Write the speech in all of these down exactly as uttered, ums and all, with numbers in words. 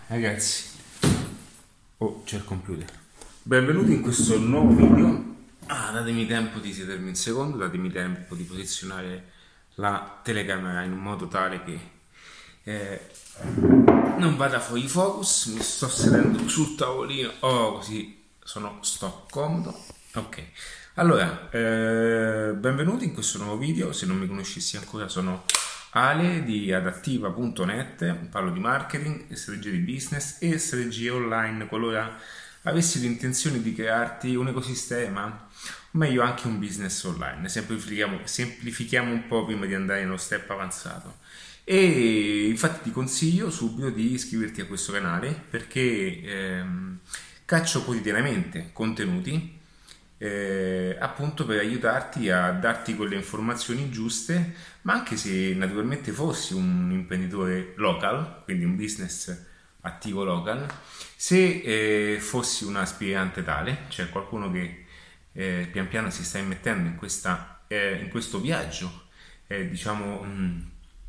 Ragazzi, oh, c'è il computer. Benvenuti in questo nuovo video. Ah, datemi tempo di sedermi un secondo, datemi tempo di posizionare la telecamera in un modo tale che eh, non vada fuori focus. Mi sto sedendo sul tavolino, oh, così sono sto comodo. Ok, allora, eh, benvenuti in questo nuovo video. Se non mi conoscessi ancora, sono Ale di adattiva punto net, parlo di marketing, strategie di business e strategie online qualora avessi l'intenzione di crearti un ecosistema, o meglio anche un business online. Semplifichiamo, semplifichiamo un po' prima di andare nello step avanzato. E infatti ti consiglio subito di iscriverti a questo canale perché ehm, caccio quotidianamente contenuti Eh, appunto per aiutarti a darti quelle informazioni giuste, ma anche se naturalmente fossi un imprenditore local, quindi un business attivo local, se eh, fossi un aspirante tale, cioè qualcuno che eh, pian piano si sta immettendo in, questa, eh, in questo viaggio eh, diciamo mh,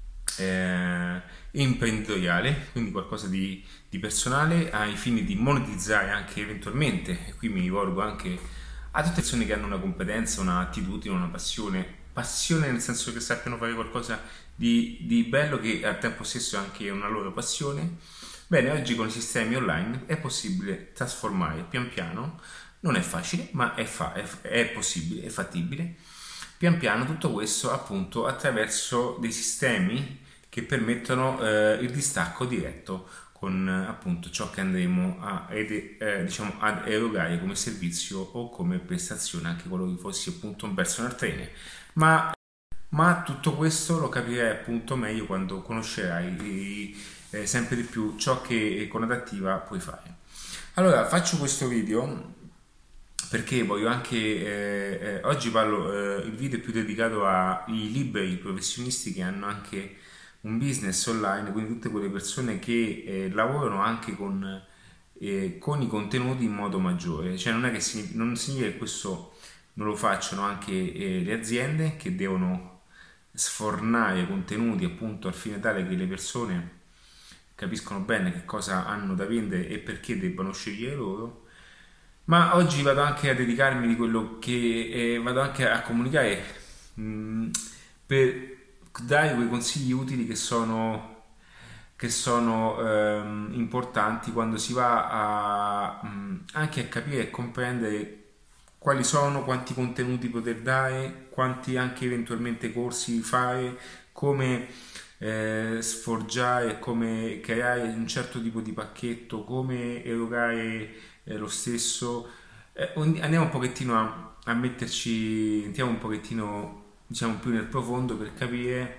eh, imprenditoriale, quindi qualcosa di, di personale ai fini di monetizzare anche eventualmente, e qui mi rivolgo anche a tutte le persone che hanno una competenza, un'attitudine, una passione, passione nel senso che sappiano fare qualcosa di, di bello che al tempo stesso è anche una loro passione. Bene, oggi con i sistemi online è possibile trasformare pian piano, non è facile, ma è, fa- è, è possibile, è fattibile, pian piano tutto questo appunto attraverso dei sistemi che permettono eh, il distacco diretto con appunto ciò che andremo a, eh, diciamo, ad erogare come servizio o come prestazione, anche quello che fossi appunto un personal trainer. Ma, ma tutto questo lo capirai appunto meglio quando conoscerai eh, sempre di più ciò che con adattiva puoi fare. Allora, faccio questo video perché voglio anche eh, eh, oggi parlo eh, il video è più dedicato ai liberi professionisti che hanno anche un business online, quindi tutte quelle persone che eh, lavorano anche con, eh, con i contenuti in modo maggiore, cioè non è che significa, non significa che questo non lo facciano anche eh, le aziende che devono sfornare contenuti appunto al fine tale che le persone capiscono bene che cosa hanno da vendere e perché debbano scegliere loro. Ma oggi vado anche a dedicarmi di quello che eh, vado anche a comunicare mh, per dare quei consigli utili che sono, che sono ehm, importanti quando si va a, mh, anche a capire e comprendere quali sono, quanti contenuti poter dare, quanti anche eventualmente corsi fare, come eh, sforgiare, come creare un certo tipo di pacchetto, come erogare eh, lo stesso. Eh, andiamo un pochettino a, a metterci, entriamo un pochettino diciamo più nel profondo per capire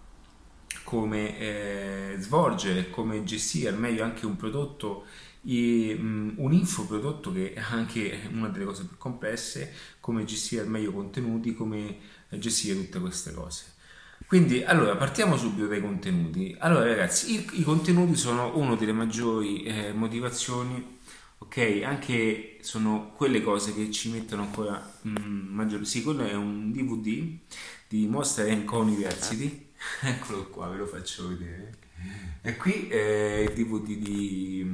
come eh, svolgere, come gestire al meglio anche un prodotto, e, um, un infoprodotto che è anche una delle cose più complesse, come gestire al meglio contenuti, come gestire tutte queste cose. Quindi, allora, partiamo subito dai contenuti. Allora, ragazzi, i, i contenuti sono una delle maggiori eh, motivazioni, ok? Anche sono quelle cose che ci mettono ancora mm, maggiore. Sì, quello è un D V D di Monster and Co University. Eccolo qua, ve lo faccio vedere. E qui è il D V D di,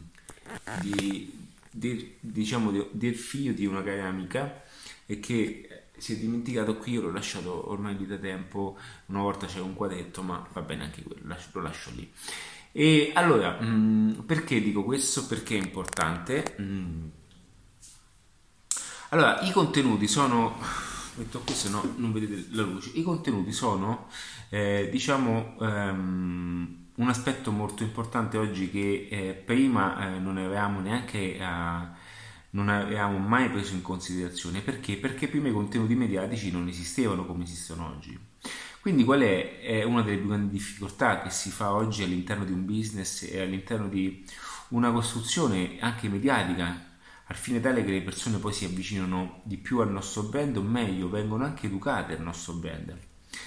di, di diciamo di, del figlio di una cara amica e che si è dimenticato qui. Io l'ho lasciato ormai lì da tempo. Una volta c'era un quadretto, ma va bene anche quello, lo lascio lì. E allora, mh, perché dico questo? Perché è importante. Mh. Allora, i contenuti sono, metto qui se no non vedete la luce, i contenuti sono eh, diciamo um, un aspetto molto importante oggi che eh, prima eh, non avevamo neanche a, non avevamo mai preso in considerazione. Perché? Perché prima i contenuti mediatici non esistevano come esistono oggi. Quindi qual è, è una delle più grandi difficoltà che si fa oggi all'interno di un business e all'interno di una costruzione anche mediatica, al fine tale che le persone poi si avvicinano di più al nostro brand, o meglio, vengono anche educate al nostro brand.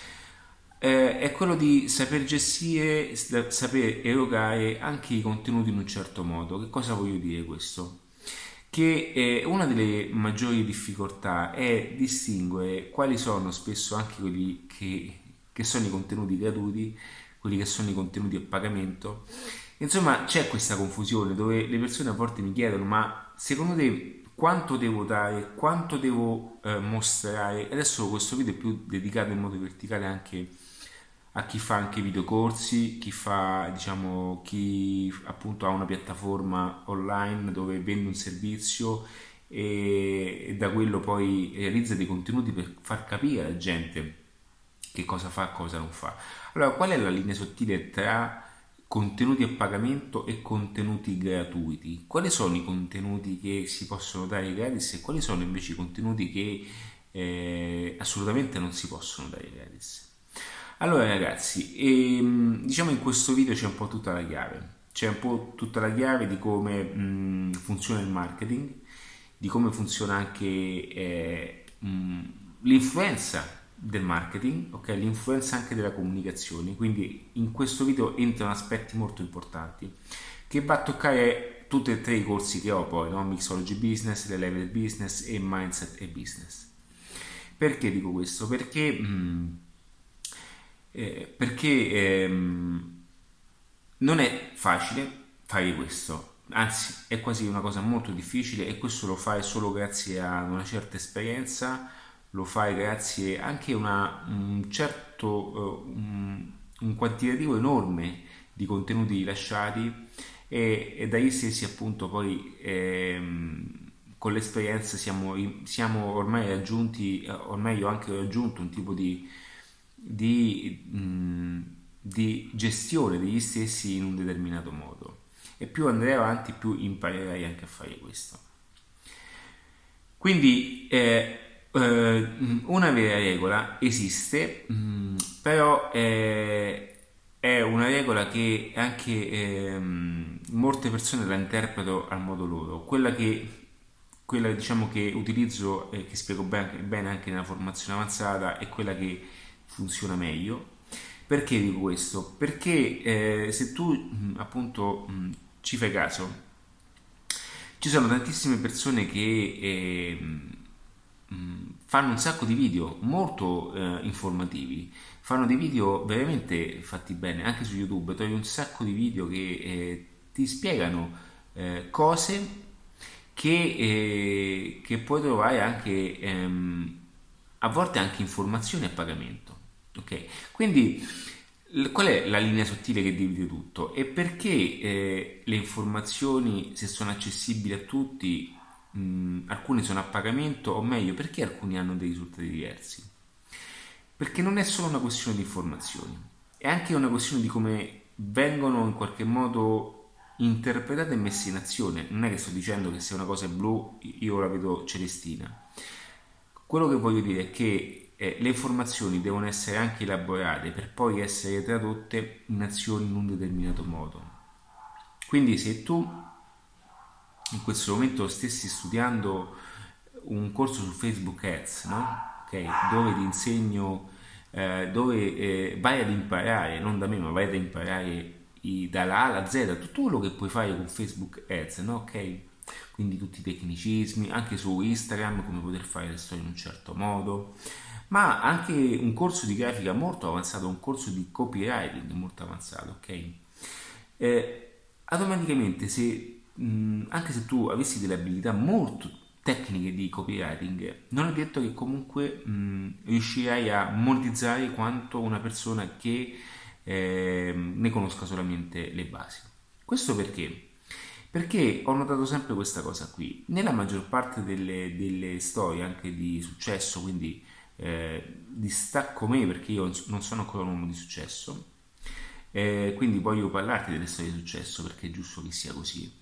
Eh, è quello di saper gestire, saper erogare anche i contenuti in un certo modo. Che cosa voglio dire questo? Che eh, una delle maggiori difficoltà è distinguere quali sono spesso anche quelli che, che sono i contenuti gratuiti, quelli che sono i contenuti a pagamento, Insomma, c'è questa confusione dove le persone a volte mi chiedono: ma secondo te quanto devo dare, quanto devo eh, mostrare? Adesso questo video è più dedicato in modo verticale anche a chi fa anche videocorsi, chi fa, diciamo, chi appunto ha una piattaforma online dove vende un servizio e, e da quello poi realizza dei contenuti per far capire alla gente che cosa fa e cosa non fa. Allora, qual è la linea sottile tra contenuti a pagamento e contenuti gratuiti? Quali sono i contenuti che si possono dare gratis e quali sono invece i contenuti che eh, assolutamente non si possono dare gratis? Allora ragazzi, ehm, diciamo in questo video c'è un po' tutta la chiave, c'è un po' tutta la chiave di come mh, funziona il marketing, di come funziona anche eh, mh, l'influenza del marketing, ok? L'influenza anche della comunicazione. Quindi in questo video entrano aspetti molto importanti che va a toccare tutti e tre i corsi che ho poi, no? Mixology Business, le Level Business e Mindset e Business. Perché dico questo? Perché mh, eh, perché ehm, non è facile fare questo, anzi è quasi una cosa molto difficile, e questo lo fai solo grazie a una certa esperienza, lo fai grazie anche a una, un certo uh, un, un quantitativo enorme di contenuti rilasciati e, e dagli stessi appunto poi ehm, con l'esperienza siamo, siamo ormai raggiunti, ormai io ho anche raggiunto un tipo di di, mh, di gestione degli stessi in un determinato modo, e più andrai avanti più imparerai anche a fare questo. Quindi eh, eh, una vera regola esiste, mh, però è, è una regola che anche eh, molte persone la interpretano al modo loro. Quella che quella diciamo che utilizzo e che spiego bene, bene anche nella formazione avanzata è quella che funziona meglio. Perché dico questo? Perché eh, se tu mh, appunto mh, ci fai caso, ci sono tantissime persone che eh, mh, fanno un sacco di video molto eh, informativi, fanno dei video veramente fatti bene, anche su YouTube trovi un sacco di video che eh, ti spiegano eh, cose che, eh, che puoi trovare anche ehm, a volte anche informazioni a pagamento. Ok, quindi qual è la linea sottile che divide tutto? E perché eh, le informazioni, se sono accessibili a tutti, mh, alcune sono a pagamento, o meglio, perché alcuni hanno dei risultati diversi? Perché non è solo una questione di informazioni, è anche una questione di come vengono in qualche modo interpretate e messe in azione. Non è che sto dicendo che se una cosa è blu io la vedo celestina. Quello che voglio dire è che eh, le informazioni devono essere anche elaborate per poi essere tradotte in azioni in un determinato modo. Quindi se tu in questo momento stessi studiando un corso su Facebook Ads, no? Okay, dove ti insegno, eh, dove eh, vai ad imparare, non da me, ma vai ad imparare i, dalla A alla Z tutto quello che puoi fare con Facebook Ads, no? Ok? Quindi tutti i tecnicismi, anche su Instagram, come poter fare le storie in un certo modo, ma anche un corso di grafica molto avanzato, un corso di copywriting molto avanzato, ok? Eh, automaticamente, se, mh, anche se tu avessi delle abilità molto tecniche di copywriting, non è detto che comunque mh, riuscirai a monetizzare quanto una persona che eh, ne conosca solamente le basi. Questo perché? Perché ho notato sempre questa cosa qui. Nella maggior parte delle, delle storie anche di successo, quindi eh, distacco me perché io non sono ancora un uomo di successo, eh, quindi voglio parlarti delle storie di successo perché è giusto che sia così.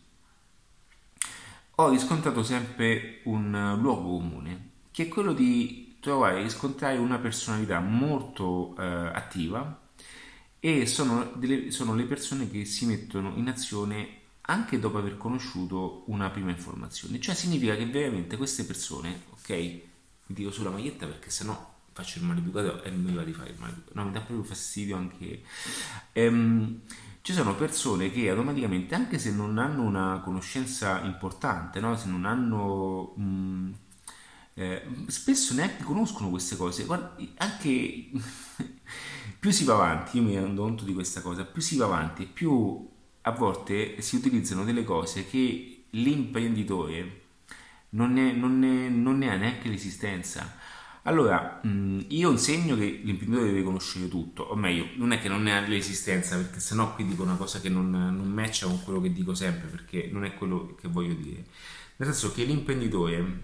Ho riscontrato sempre un luogo comune, che è quello di trovare e riscontrare una personalità molto eh, attiva, e sono, delle, sono le persone che si mettono in azione anche dopo aver conosciuto una prima informazione. Cioè significa che veramente queste persone, ok, mi tiro sulla maglietta perché sennò faccio il maleducato e mi va di fare il maleducato, no, mi dà proprio fastidio anche ehm, ci sono persone che automaticamente, anche se non hanno una conoscenza importante, no? Se non hanno mh, eh, spesso neanche conoscono queste cose. Guarda, anche più si va avanti, io mi rendo conto di questa cosa, più si va avanti e più a volte si utilizzano delle cose che l'imprenditore non ne, non ne, non ne ha neanche l'esistenza. Allora, mh, io insegno che l'imprenditore deve conoscere tutto, o meglio, non è che non ne ha l'esistenza, perché sennò qui dico una cosa che non, non matcha con quello che dico sempre, perché non è quello che voglio dire. Nel senso che l'imprenditore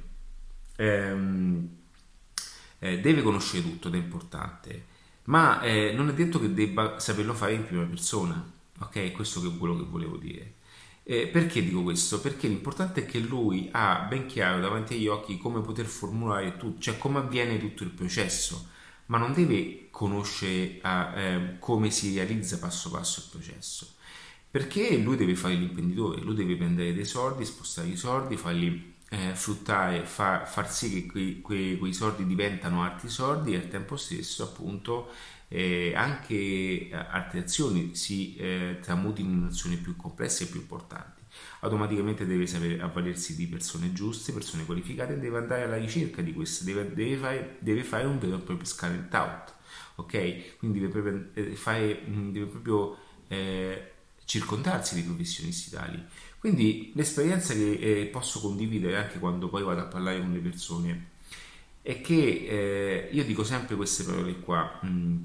ehm, eh, deve conoscere tutto ed è importante, ma eh, non è detto che debba saperlo fare in prima persona, ok? Questo è quello che volevo dire. Eh, perché dico questo? Perché l'importante è che lui ha ben chiaro davanti agli occhi come poter formulare tutto, cioè come avviene tutto il processo, ma non deve conoscere ah, eh, come si realizza passo passo il processo, perché lui deve fare l'imprenditore, lui deve prendere dei soldi, spostare i soldi, farli eh, fruttare, fa, far sì che quei, quei, quei soldi diventano altri soldi e al tempo stesso appunto eh, anche eh, altre azioni si eh, tramutino in azioni più complesse e più importanti. Automaticamente deve sapere avvalersi di persone giuste, persone qualificate, e deve andare alla ricerca di queste, deve, deve, fare, deve fare un vero e proprio scalent out, ok? Quindi deve proprio, eh, fare, deve proprio eh, circondarsi di professionisti tali. Quindi l'esperienza che eh, posso condividere anche quando poi vado a parlare con le persone è che eh, io dico sempre queste parole qua. Mm,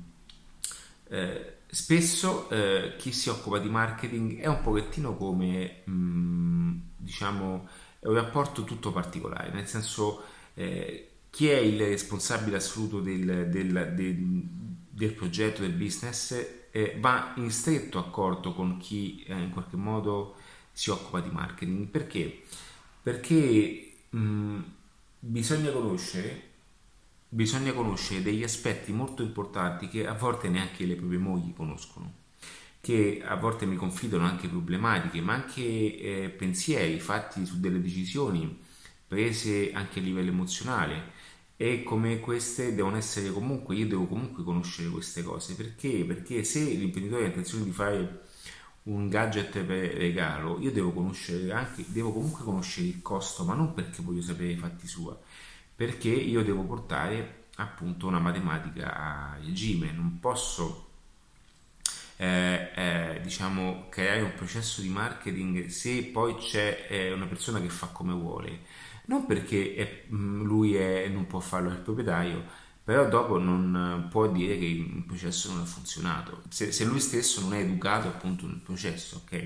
eh, spesso eh, chi si occupa di marketing è un pochettino come mh, diciamo è un rapporto tutto particolare, nel senso eh, chi è il responsabile assoluto del, del, del, del progetto, del business, eh, va in stretto accordo con chi eh, in qualche modo si occupa di marketing. Perché? Perché mh, bisogna conoscere bisogna conoscere degli aspetti molto importanti che a volte neanche le proprie mogli conoscono, che a volte mi confidano anche problematiche, ma anche eh, pensieri fatti su delle decisioni prese anche a livello emozionale, e come queste devono essere comunque, io devo comunque conoscere queste cose. Perché? Perché se l'imprenditore ha intenzione di fare un gadget per regalo, io devo conoscere anche, devo comunque conoscere il costo, ma non perché voglio sapere i fatti sua, perché io devo portare appunto una matematica a regime, non posso eh, eh, diciamo creare un processo di marketing se poi c'è eh, una persona che fa come vuole, non perché è, lui è, non può farlo, è il proprietario, però dopo non può dire che il processo non ha funzionato se, se lui stesso non è educato appunto nel processo, ok?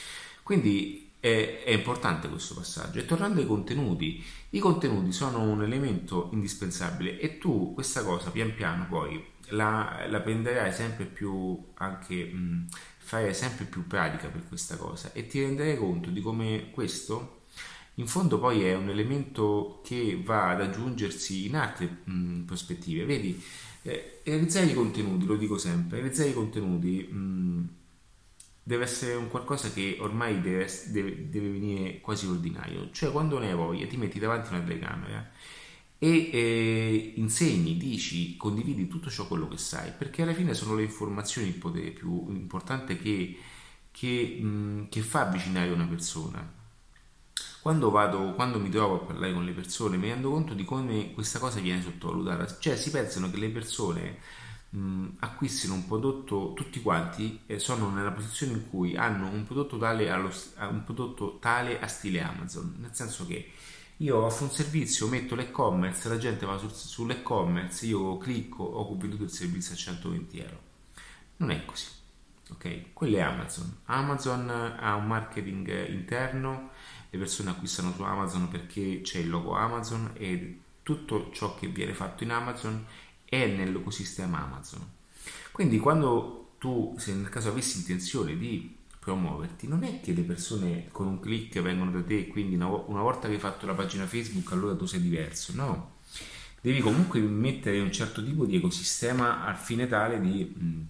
Quindi è, è importante questo passaggio. E tornando ai contenuti, i contenuti sono un elemento indispensabile, e tu questa cosa pian piano poi la, la prenderai sempre più anche mh, fare sempre più pratica per questa cosa, e ti renderai conto di come questo in fondo poi è un elemento che va ad aggiungersi in altre mh, prospettive. Vedi, eh, realizzare i contenuti, lo dico sempre, realizzare i contenuti mh, deve essere un qualcosa che ormai deve, deve, deve venire quasi ordinario. Cioè, quando ne hai voglia ti metti davanti a una telecamera e eh, insegni, dici, condividi tutto ciò quello che sai, perché alla fine sono le informazioni il potere più importante che, che, mh, che fa avvicinare una persona. Quando vado, quando mi trovo a parlare con le persone, mi rendo conto di come questa cosa viene sottovalutata. Cioè, si pensano che le persone mh, acquistino un prodotto, tutti quanti eh, sono nella posizione in cui hanno un prodotto tale, allo, un prodotto tale a stile Amazon, nel senso che io offro un servizio, metto l'e-commerce, la gente va sul, sull'e-commerce, io clicco, ho venduto il servizio a centoventi euro. Non è così, ok? Quello è Amazon. Amazon ha un marketing interno, le persone acquistano su Amazon perché c'è il logo Amazon, e tutto ciò che viene fatto in Amazon è nell'ecosistema Amazon. Quindi quando tu, se nel caso avessi intenzione di promuoverti, non è che le persone con un click vengono da te e quindi una, una volta che hai fatto la pagina Facebook allora tu sei diverso, no, devi comunque mettere un certo tipo di ecosistema al fine tale di, mh,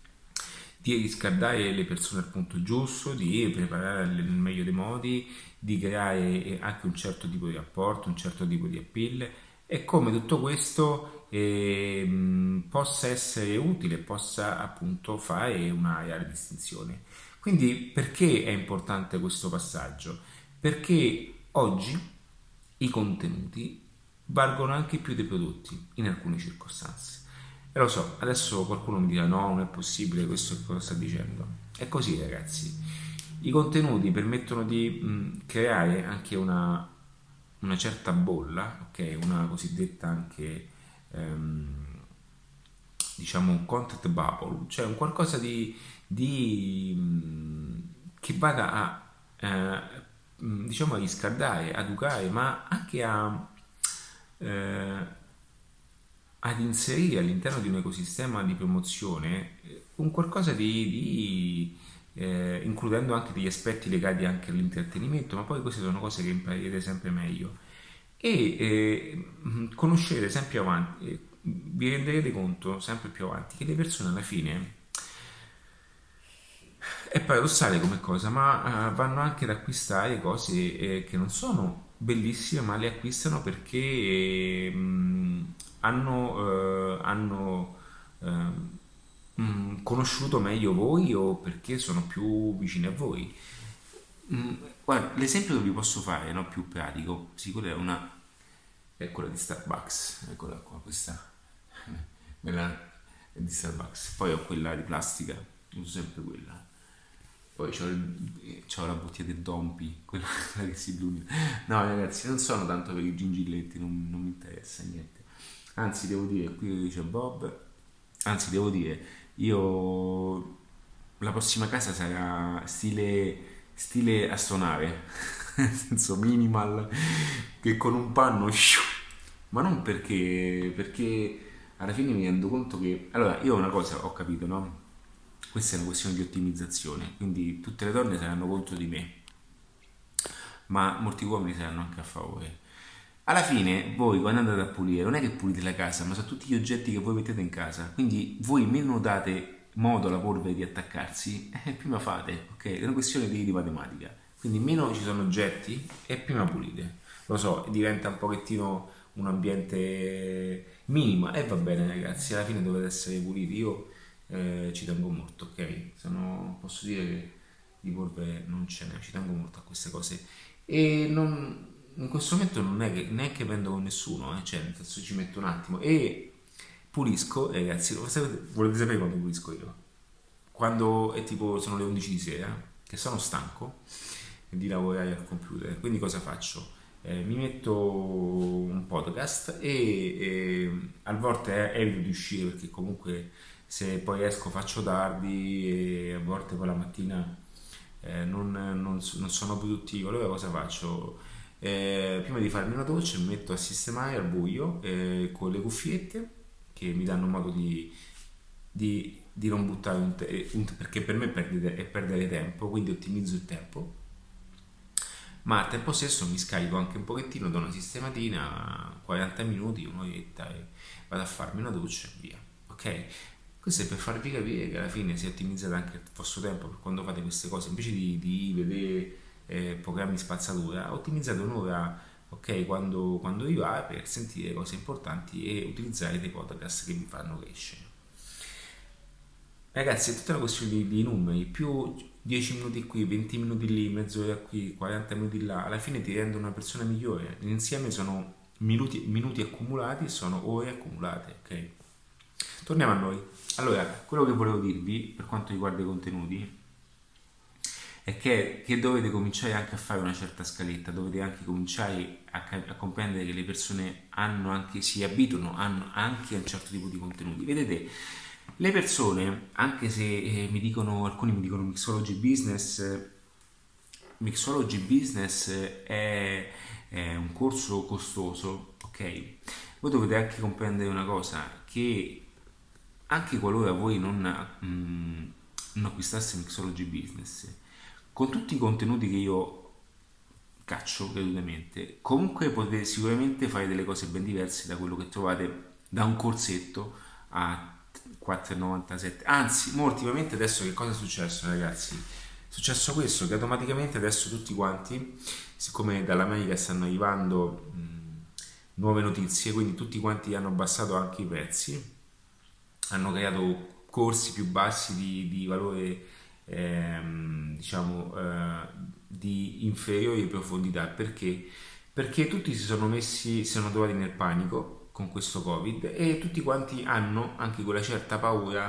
di riscaldare le persone al punto giusto, di preparare nel meglio dei modi, di creare anche un certo tipo di rapporto, un certo tipo di appeal, e come tutto questo eh, mh, possa essere utile, possa appunto fare una reale distinzione. Quindi perché è importante questo passaggio? Perché oggi i contenuti valgono anche più dei prodotti in alcune circostanze. E lo so, adesso qualcuno mi dirà no, non è possibile, questo è cosa sta dicendo. È così, ragazzi. I contenuti permettono di mh, creare anche una, una certa bolla, ok? Una cosiddetta anche ehm, diciamo un content bubble, cioè un qualcosa di, di mh, che vada a eh, mh, diciamo a riscaldare, a educare, ma anche a eh, ad inserire all'interno di un ecosistema di promozione eh, un qualcosa di, di eh, includendo anche degli aspetti legati anche all'intrattenimento, ma poi queste sono cose che imparerete sempre meglio e eh, conoscerete sempre più avanti, eh, vi renderete conto sempre più avanti che le persone alla fine è paradossale come cosa, ma uh, vanno anche ad acquistare cose eh, che non sono bellissime, ma le acquistano perché eh, mh, hanno, uh, hanno uh, mh, conosciuto meglio voi o perché sono più vicini a voi. Mm, guarda, l'esempio che vi posso fare, no, più pratico, sicuro è una è quella di Starbucks, eccola qua, questa quella è di Starbucks, poi ho quella di plastica, uso sempre quella. Poi c'ho, il, c'ho la bottiglia del Dompi, quella, quella che si illumina. No, ragazzi, non sono tanto per i gingilletti, non, non mi interessa niente. Anzi, devo dire, qui dice Bob. Anzi, devo dire, io la prossima casa sarà stile, stile a suonare, nel senso minimal, che con un panno, sciu, ma non perché, perché alla fine mi rendo conto che, allora, io una cosa ho capito, no? Questa è una questione di ottimizzazione, quindi tutte le donne saranno contro di me, ma molti uomini saranno anche a favore. Alla fine voi quando andate a pulire non è che pulite la casa, ma sono tutti gli oggetti che voi mettete in casa, quindi voi meno date modo alla polvere di attaccarsi, eh, prima fate, ok? È una questione di, di matematica, quindi meno ci sono oggetti e prima pulite. Lo so, diventa un pochettino un ambiente minimo e va bene ragazzi, alla fine dovete essere puliti. Io eh, ci tengo molto, ok? Sono, posso dire che di polvere non ce n'è, ci tengo molto a queste cose e non, in questo momento non è che neanche prendo con nessuno, eh? Cioè nel senso ci metto un attimo e pulisco, e ragazzi, volete sapere quando pulisco io? Quando è tipo sono le undici di sera, che sono stanco di lavorare al computer, quindi cosa faccio? Eh, mi metto un podcast e, e a volte evito di uscire perché comunque se poi esco faccio tardi e a volte poi la mattina eh, non, non, non sono produttivo. Allora cosa faccio? Eh, prima di farmi una doccia mi metto a sistemare al buio eh, con le cuffiette che mi danno modo di, di, di non buttare un, te- un perché per me è perdere, è perdere tempo, quindi ottimizzo il tempo, ma al tempo stesso mi scarico anche un pochettino da una sistematina, quaranta minuti, un'oretta e vado a farmi una doccia e via, ok? Questo è per farvi capire che alla fine si ottimizzate anche il vostro tempo per quando fate queste cose, invece di, di vedere eh, programmi spazzatura, ottimizzate un'ora, ok, quando, quando vi va per sentire cose importanti e utilizzare dei podcast che vi fanno crescere. Ragazzi, è tutta una questione di, di numeri, più dieci minuti qui, venti minuti lì, mezz'ora qui, quaranta minuti là, alla fine ti rendono una persona migliore. Insieme sono minuti, minuti accumulati e sono ore accumulate, ok? Torniamo a noi. Allora, quello che volevo dirvi per quanto riguarda i contenuti è che, che dovete cominciare anche a fare una certa scaletta, dovete anche cominciare a, a comprendere che le persone hanno anche, si abituano hanno anche a un certo tipo di contenuti. Vedete, le persone, anche se eh, mi dicono, alcuni mi dicono Mixology Business, eh, Mixology Business è, è un corso costoso, ok? Voi dovete anche comprendere una cosa, che anche qualora voi non, mh, non acquistaste Mixology Business, con tutti i contenuti che io caccio gratuitamente, comunque potete sicuramente fare delle cose ben diverse da quello che trovate da un corsetto a quattro virgola novantasette. Anzi, ma ultimamente adesso che cosa è successo, ragazzi? È successo questo, che automaticamente adesso tutti quanti, siccome dall'America stanno arrivando mh, nuove notizie, quindi tutti quanti hanno abbassato anche i prezzi, hanno creato corsi più bassi di, di valore ehm, diciamo eh, di inferiori profondità. Perché? Perché tutti si sono messi, si sono trovati nel panico con questo Covid e tutti quanti hanno anche quella certa paura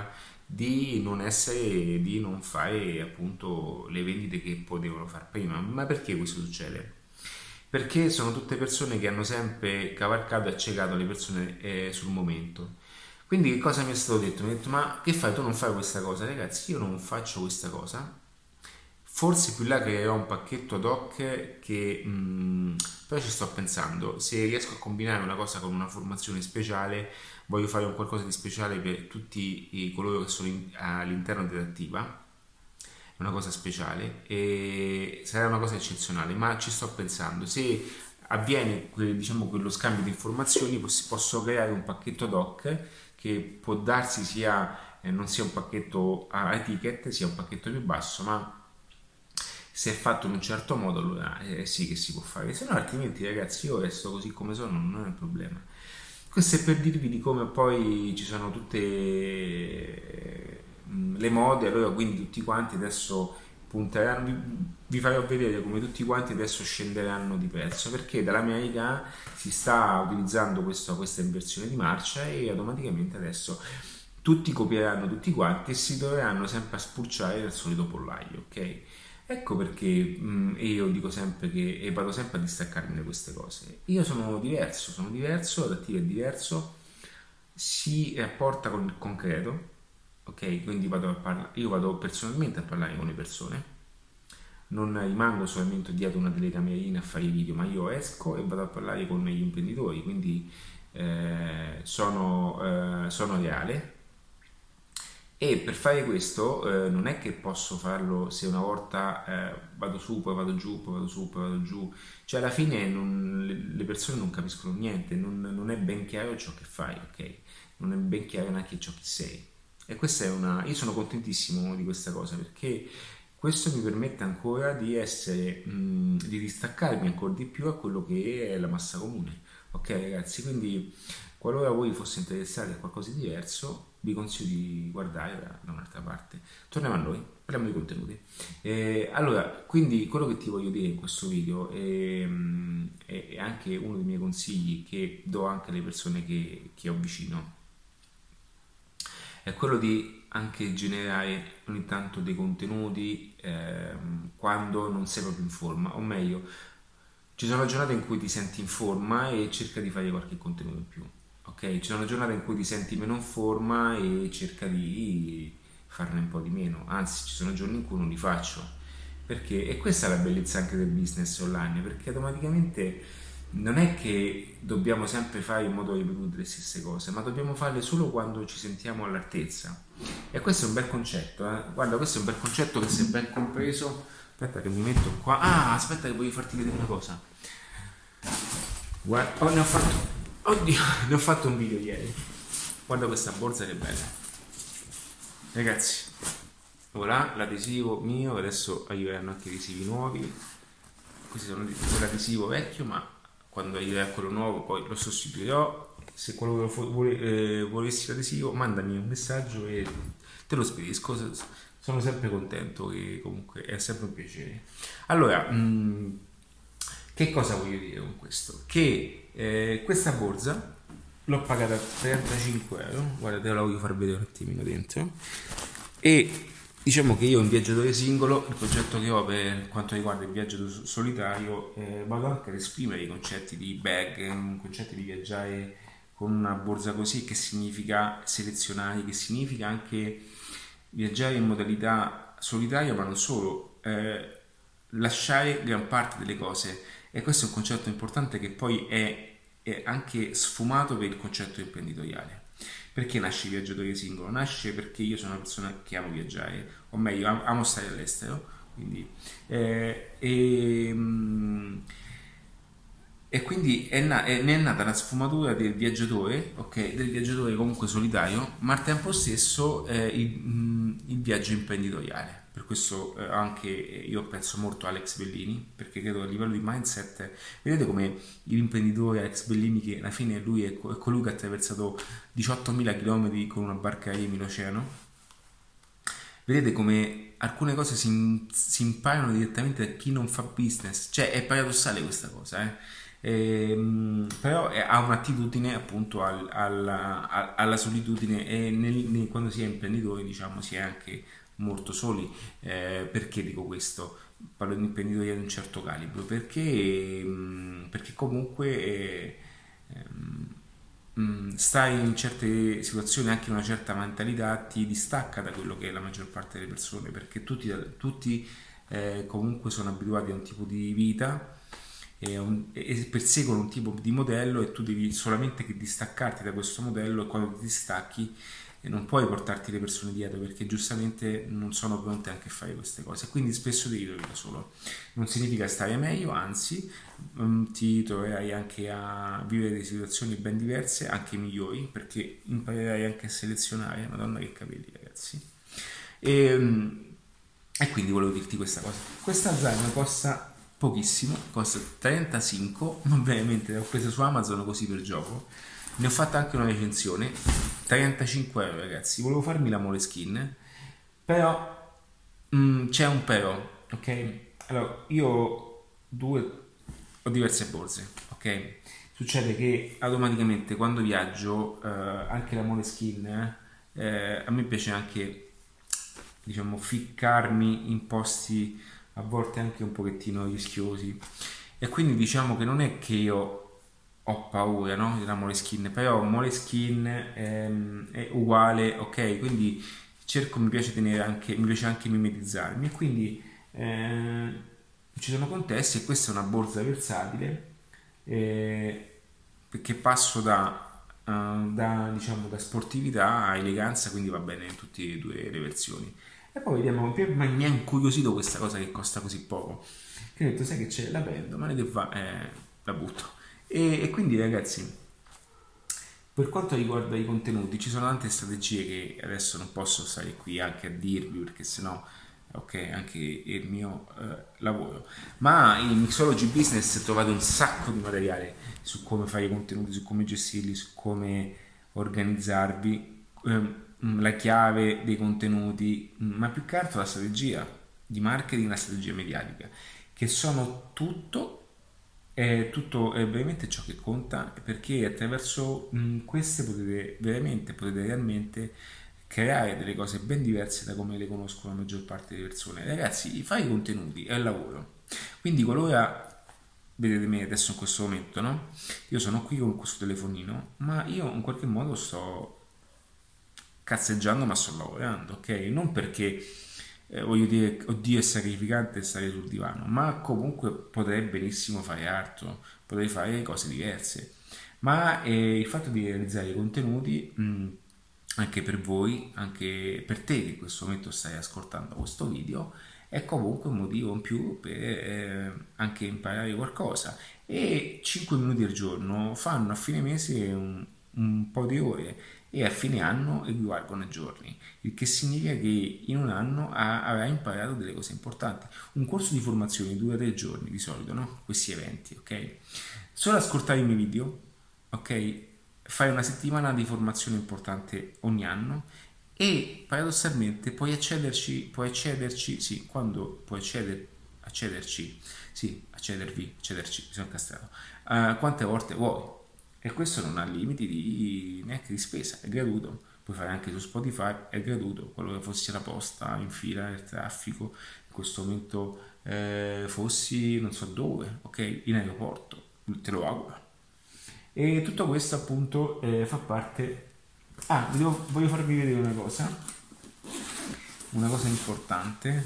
di non essere, di non fare appunto le vendite che potevano far prima. Ma perché questo succede? Perché sono tutte persone che hanno sempre cavalcato e accecato le persone eh, sul momento. Quindi che cosa mi è stato detto? Mi ha detto: ma che fai? Tu non fai questa cosa? Ragazzi, io non faccio questa cosa. Forse più là creerò un pacchetto ad hoc che mh, però ci sto pensando. Se riesco a combinare una cosa con una formazione speciale, voglio fare un qualcosa di speciale per tutti i, coloro che sono in, all'interno dell'attiva, una cosa speciale, e sarà una cosa eccezionale, ma ci sto pensando. Se avviene diciamo quello scambio di informazioni, posso creare un pacchetto ad hoc che può darsi sia eh, non sia un pacchetto a etichette, sia un pacchetto più basso, ma se è fatto in un certo modo allora eh, sì che si può fare, se no altrimenti ragazzi io resto così come sono, non è un problema. Questo è per dirvi di come poi ci sono tutte eh, le mode, allora quindi tutti quanti adesso punteranno, vi, vi farò vedere come tutti quanti adesso scenderanno di prezzo, perché dall'America si sta utilizzando questo, questa inversione di marcia e automaticamente adesso tutti copieranno tutti quanti e si troveranno sempre a spulciare dal solito pollaio, ok? Ecco perché mh, io dico sempre che e vado sempre a distaccarmi da queste cose. Io sono diverso, sono diverso, l'adattivo è diverso, si rapporta con il concreto, ok? Quindi vado a parla- io vado personalmente a parlare con le persone, non rimango solamente dietro una telecamerina a fare i video, ma io esco e vado a parlare con gli imprenditori, quindi eh, sono, eh, sono reale. E per fare questo eh, non è che posso farlo se una volta eh, vado su, poi vado giù, poi vado su, poi vado giù. Cioè alla fine non- le le persone non capiscono niente, non, non è ben chiaro ciò che fai, ok? Non è ben chiaro neanche ciò che sei. E questa è una... Io sono contentissimo di questa cosa perché questo mi permette ancora di essere, mh, di distaccarmi ancora di più a quello che è la massa comune. Ok ragazzi, quindi qualora voi foste interessati a qualcosa di diverso, vi consiglio di guardare da, da un'altra parte. Torniamo a noi, parliamo di contenuti. Eh, allora, quindi quello che ti voglio dire in questo video è, è- è anche uno dei miei consigli che do anche alle persone che, che ho vicino, è quello di anche generare ogni tanto dei contenuti ehm, quando non sei proprio in forma, o meglio, ci sono giornate in cui ti senti in forma e cerca di fare qualche contenuto in più, ok? Ci sono giornate in cui ti senti meno in forma e cerca di farne un po' di meno, anzi ci sono giorni in cui non li faccio, perché, e questa è la bellezza anche del business online, perché automaticamente non è che dobbiamo sempre fare in modo ripetuto le stesse cose, ma dobbiamo farle solo quando ci sentiamo all'altezza. E questo è un bel concetto, eh? Guarda, questo è un bel concetto che se ben compreso. Aspetta che mi metto qua. Ah, aspetta che voglio farti vedere una cosa. Guarda, oh, ne ho fatto. Oddio, ne ho fatto un video ieri. Guarda questa borsa che bella. Ragazzi, ora l'adesivo mio, adesso arriveranno anche adesivi nuovi. Questo è l'adesivo vecchio, ma quando arriverà quello nuovo poi lo sostituirò. Se qualcuno vuole, eh, volessi l'adesivo, mandami un messaggio e te lo spedisco. Sono sempre contento, che comunque è sempre un piacere. Allora, mh, che cosa voglio dire con questo? Che eh, questa borsa l'ho pagata trentacinque euro, guarda, te la voglio far vedere un attimino dentro, e diciamo che io in viaggiatore singolo, il progetto che ho per quanto riguarda il viaggio solitario, eh, vado anche ad esprimere i concetti di bag, i concetti di viaggiare con una borsa così, che significa selezionare, che significa anche viaggiare in modalità solitaria, ma non solo, eh, lasciare gran parte delle cose. E questo è un concetto importante che poi è, è anche sfumato per il concetto imprenditoriale. Perché nasce il viaggiatore singolo? Nasce perché io sono una persona che amo viaggiare, o meglio am- amo stare all'estero, quindi eh, e, mm, e quindi è na- è- ne è nata la sfumatura del viaggiatore, ok, del viaggiatore comunque solitario, ma al tempo stesso eh, il, mm, il viaggio imprenditoriale. Per questo eh, anche io penso molto a Alex Bellini, perché credo a livello di mindset, vedete come l'imprenditore Alex Bellini, che alla fine lui è, co- è colui che ha attraversato diciottomila chilometri con una barca Emi l'oceano, vedete come alcune cose si, si imparano direttamente da chi non fa business, cioè è paradossale questa cosa, eh? ehm, però è- ha un'attitudine appunto al- alla, a- alla solitudine e nel- nel- quando si è imprenditori diciamo si è anche molto soli. Eh, perché dico questo? Parlo di imprenditoria di un certo calibro perché, mh, perché comunque eh, ehm, mh, stai in certe situazioni anche una certa mentalità ti distacca da quello che è la maggior parte delle persone perché tutti, tutti eh, comunque sono abituati a un tipo di vita e, un- e perseguono un tipo di modello e tu devi solamente che distaccarti da questo modello e quando ti distacchi e non puoi portarti le persone dietro perché giustamente non sono pronte anche a fare queste cose quindi spesso devi trovi da solo. Non significa stare meglio, anzi um, ti troverai anche a vivere delle situazioni ben diverse, anche migliori, perché imparerai anche a selezionare. Madonna che capelli, ragazzi. E, um, e quindi volevo dirti questa cosa. Questa zaino costa pochissimo, costa trentacinque, ma veramente l'ho presa su Amazon così per gioco. Ne ho fatta anche una recensione, trentacinque euro ragazzi, volevo farmi la Moleskine, però mm, c'è un però, ok? Allora, io ho due, ho diverse borse, ok? Succede che automaticamente quando viaggio, eh, anche la Moleskine, eh, a me piace anche, diciamo, ficcarmi in posti a volte anche un pochettino rischiosi. E quindi diciamo che non è che io ho paura, no? Della Moleskine, però Moleskine ehm, è uguale, ok? Quindi cerco, mi piace tenere anche, mi piace anche mimetizzarmi e quindi eh, ci sono contesti e questa è una borsa versatile eh, perché passo da, eh, da, diciamo, da sportività a eleganza, quindi va bene in tutte e due le versioni. E poi vediamo, ma mi ha incuriosito questa cosa che costa così poco. Che ho detto, sai che c'è, la prendo, ma ne devo fare, eh, la butto. E, e quindi ragazzi, per quanto riguarda i contenuti, ci sono tante strategie che adesso non posso stare qui anche a dirvi perché sennò ok, anche il mio eh, lavoro. Ma in Mixology Business trovate un sacco di materiale su come fare i contenuti, su come gestirli, su come organizzarvi, ehm, la chiave dei contenuti, ma più che altro la strategia di marketing, la strategia mediatica, che sono tutto è tutto è veramente ciò che conta perché attraverso mh, queste potete veramente, potete realmente creare delle cose ben diverse da come le conoscono la maggior parte delle persone. Ragazzi, fare i contenuti è il lavoro. Quindi qualora vedete me adesso in questo momento, no? Io sono qui con questo telefonino, ma io in qualche modo sto cazzeggiando ma sto lavorando, ok? Non perché eh, voglio dire, oddio è sacrificante stare sul divano, ma comunque potrei benissimo fare altro, potrei fare cose diverse. Ma eh, il fatto di realizzare contenuti mh, anche per voi, anche per te che in questo momento stai ascoltando questo video, è comunque un motivo in più per eh, anche imparare qualcosa. E cinque minuti al giorno fanno a fine mese un, un po' di ore e a fine anno equivalgono a giorni, il che significa che in un anno ha, avrai imparato delle cose importanti. Un corso di formazione dura tre giorni di solito, no? Questi eventi, ok? Solo ascoltare i miei video, ok? Fai una settimana di formazione importante ogni anno e paradossalmente puoi accederci, puoi accederci, sì, quando puoi accedere, accederci, sì, accedervi, accederci, mi sono incastrato, uh, quante volte vuoi. E questo non ha limiti di, neanche di spesa, è gratuito. Puoi fare anche su Spotify, è gratuito. Qualora fossi la posta in fila nel traffico, in questo momento eh, fossi non so dove, ok, in aeroporto, te lo auguro. E tutto questo appunto eh, fa parte. Ah, vi devo- voglio farvi vedere una cosa, una cosa importante,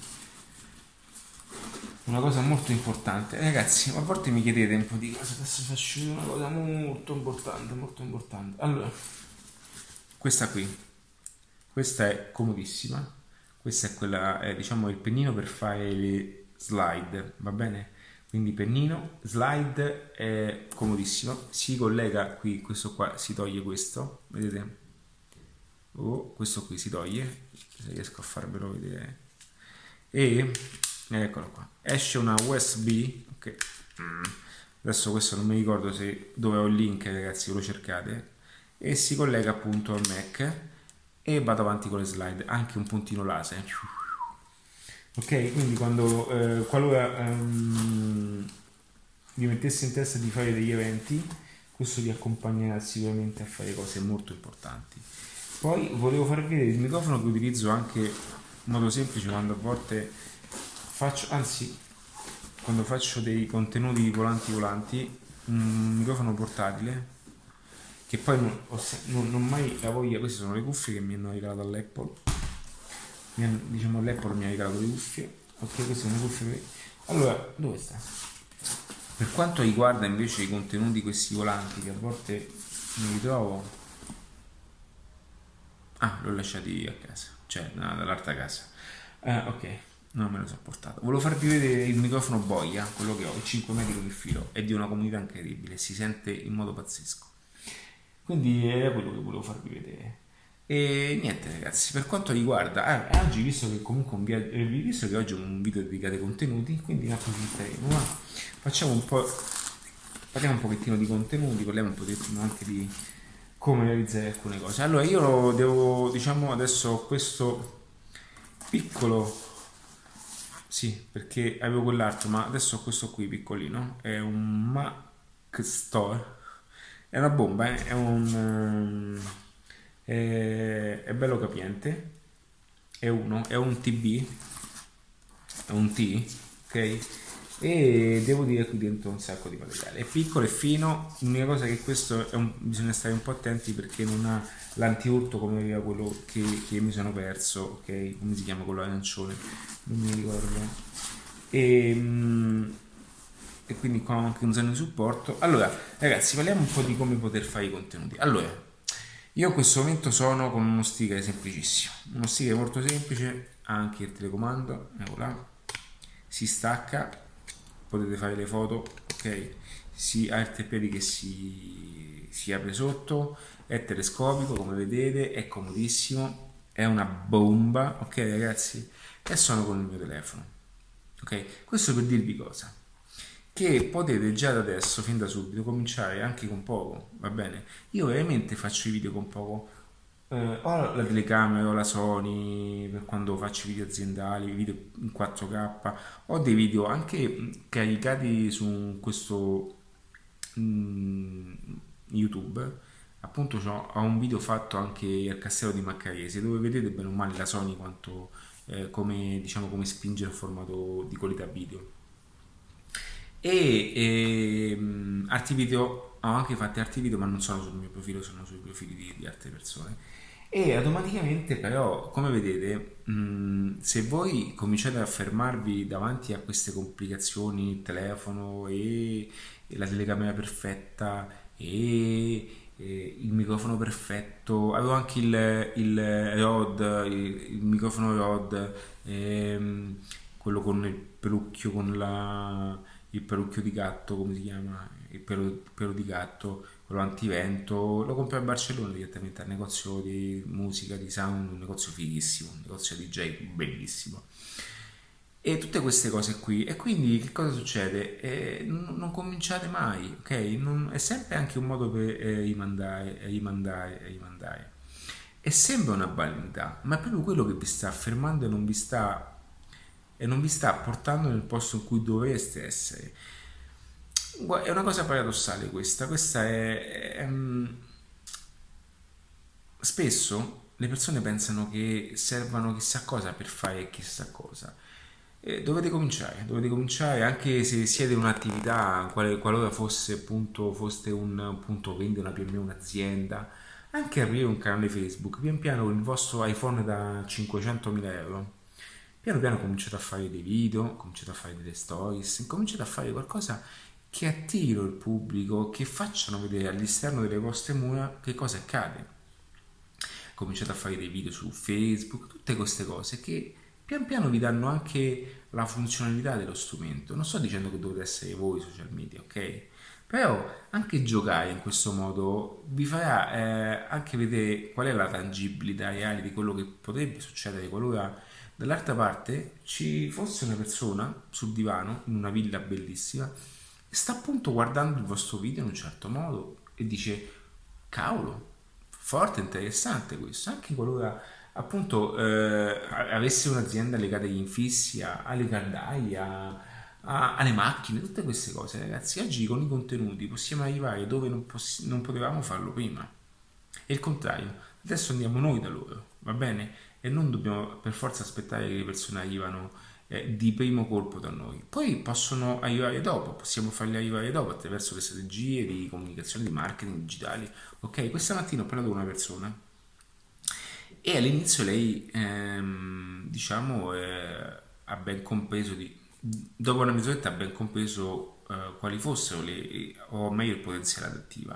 una cosa molto importante. Ragazzi, a volte mi chiedete un po' di cose, adesso faccio vedere una cosa molto importante, molto importante. Allora, questa qui, questa è comodissima, questa è quella, è, diciamo, il pennino per fare le slide, va bene? Quindi pennino, slide è comodissimo, si collega qui, questo qua, si toglie questo, vedete? Oh, questo qui si toglie, se riesco a farvelo vedere. E eccolo qua, esce una U S B, ok. Mm. Adesso questo non mi ricordo se dove ho il link, ragazzi, lo cercate, e si collega appunto al Mac e vado avanti con le slide, anche un puntino laser. Ok, quindi quando eh, qualora um, vi mettesse in testa di fare degli eventi, questo vi accompagnerà sicuramente a fare cose molto importanti. Poi volevo farvi vedere il microfono che utilizzo anche in modo semplice quando a volte faccio, anzi quando faccio dei contenuti volanti volanti, un microfono portatile che poi non ho, non, non mai la voglia. Queste sono le cuffie che mi hanno regalato all'Apple, mi hanno, diciamo l'Apple mi ha regalato le cuffie, ok, queste sono le cuffie per... Allora, dove sta? Per quanto riguarda invece i contenuti questi volanti che a volte mi ritrovo, ah, l'ho lasciati a casa, cioè dall'altra casa, ah, ok, non me lo so portato. Volevo farvi vedere il microfono Boya, quello che ho, il cinque metri di filo, è di una comunità incredibile, si sente in modo pazzesco, quindi è quello che volevo farvi vedere. E niente ragazzi, per quanto riguarda ah, oggi, visto che comunque un viaggio, eh, visto che oggi è un video dedicato ai contenuti, quindi ne approfitteremo, ma facciamo un po', parliamo un pochettino di contenuti, parliamo un pochettino anche di come realizzare alcune cose. Allora io devo, diciamo, adesso ho questo piccolo, sì, perché avevo quell'altro, ma adesso ho questo qui piccolino, è un Mac Store, è una bomba, eh? È un um, è, è bello capiente, è uno, è un T B, è un T, ok? E devo dire qui dentro un sacco di materiale, è piccolo e fino. L'unica cosa è che questo è un, bisogna stare un po' attenti perché non ha l'antiurto come aveva quello che, che mi sono perso, ok? Come si chiama quello arancione? Non mi ricordo. E, mm, e quindi qua ho anche un segno di supporto. Allora ragazzi, parliamo un po' di come poter fare i contenuti. Allora, io in questo momento sono con uno sticker semplicissimo, uno sticker molto semplice, ha anche il telecomando, ecco là, si stacca, potete fare le foto, ok? Si ha il treppiedi che si, si apre sotto, è telescopico come vedete, è comodissimo, è una bomba, ok ragazzi? E sono con il mio telefono, ok? Questo per dirvi cosa? Che potete già da adesso, fin da subito, cominciare anche con poco, va bene? Io veramente faccio i video con poco, eh, ho la telecamera, ho la Sony per quando faccio video aziendali, video in quattro K, ho dei video anche caricati su questo mm, YouTube, appunto ho un video fatto anche al Castello di Maccarese dove vedete bene o male la Sony quanto, eh, come, diciamo, come spinge il formato di qualità video. E, e mh, altri video, ho anche fatto altri video ma non sono sul mio profilo, sono sui profili di, di altre persone. E automaticamente però, come vedete, mh, se voi cominciate a fermarvi davanti a queste complicazioni, il telefono e, e la telecamera perfetta e, e il microfono perfetto, avevo anche il, il Rode, il, il microfono Rode, ehm, quello con il pelucchio, con la, il pelucchio di gatto, come si chiama? Il pelo, il pelo di gatto, quello antivento, lo comprai a Barcellona direttamente al negozio di musica, di sound, un negozio fighissimo, un negozio D J bellissimo. E tutte queste cose qui, e quindi che cosa succede? Eh, non, non cominciate mai, ok? Non, è sempre anche un modo per eh, rimandare, rimandare, rimandare. E sembra una banalità, ma è proprio quello che vi sta affermando e non vi sta, e non vi sta portando nel posto in cui dovreste essere. È una cosa paradossale questa, questa è, è, è spesso le persone pensano che servano chissà cosa per fare chissà cosa. Eh, dovete cominciare, dovete cominciare anche se siete in un'attività, quale, qualora fosse appunto, foste un punto vendita, una P M U, un'azienda, anche aprire un canale Facebook, pian piano con il vostro iPhone da cinquecentomila euro. Piano piano cominciate a fare dei video, cominciate a fare delle stories, cominciate a fare qualcosa che attiri il pubblico, che facciano vedere all'esterno delle vostre mura che cosa accade. Cominciate a fare dei video su Facebook, tutte queste cose che pian piano vi danno anche la funzionalità dello strumento. Non sto dicendo che dovete essere voi social media, ok? Però anche giocare in questo modo vi farà eh, anche vedere qual è la tangibilità reale di quello che potrebbe succedere qualora dall'altra parte ci fosse una persona sul divano in una villa bellissima e sta appunto guardando il vostro video in un certo modo e dice cavolo, forte, interessante questo, anche qualora appunto eh, avesse un'azienda legata agli infissi, a, alle caldaie, a, a, alle macchine, tutte queste cose, ragazzi. Oggi con i contenuti possiamo arrivare dove non, poss- non potevamo farlo prima. E il contrario, adesso andiamo noi da loro, va bene? E non dobbiamo per forza aspettare che le persone arrivano eh, di primo colpo da noi. Poi possono arrivare dopo, possiamo farli arrivare dopo attraverso le strategie di comunicazione, di marketing digitali. Ok, questa mattina ho parlato con una persona e all'inizio lei, ehm, diciamo, eh, ha ben compreso, di, dopo una mezz'oretta ha ben compreso eh, quali fossero le, o meglio il potenziale adattiva.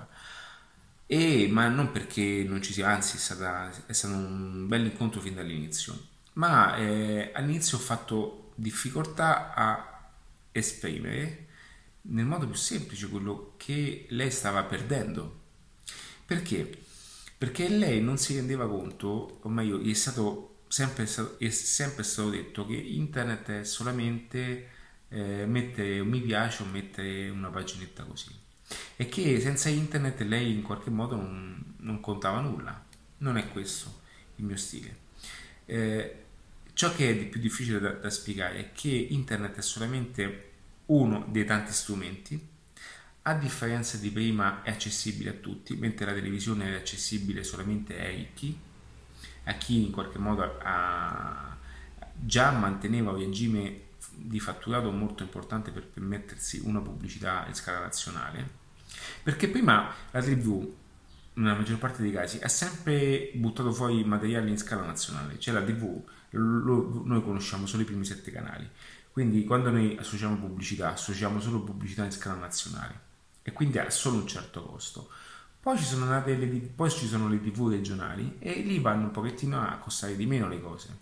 E, ma non perché non ci sia, anzi è, stata, è stato un bel incontro fin dall'inizio, ma eh, all'inizio ho fatto difficoltà a esprimere nel modo più semplice quello che lei stava perdendo. Perché? Perché lei non si rendeva conto, o meglio, gli è stato sempre, è sempre stato detto che internet è solamente eh, mettere un mi piace o mettere una paginetta così. E che senza internet lei in qualche modo non, non contava nulla. Non è questo il mio stile. Eh, ciò che è di più difficile da, da spiegare è che internet è solamente uno dei tanti strumenti, a differenza di prima è accessibile a tutti, mentre la televisione è accessibile solamente ai ricchi, a chi in qualche modo ha, già manteneva un regime di fatturato molto importante per permettersi una pubblicità in scala nazionale, perché prima la tivù nella maggior parte dei casi ha sempre buttato fuori materiali in scala nazionale, cioè la tivù lo, noi conosciamo solo i primi sette canali, quindi quando noi associamo pubblicità associamo solo pubblicità in scala nazionale e quindi ha solo un certo costo. Poi ci sono nate le, poi ci sono le tivù regionali e lì vanno un pochettino a costare di meno le cose.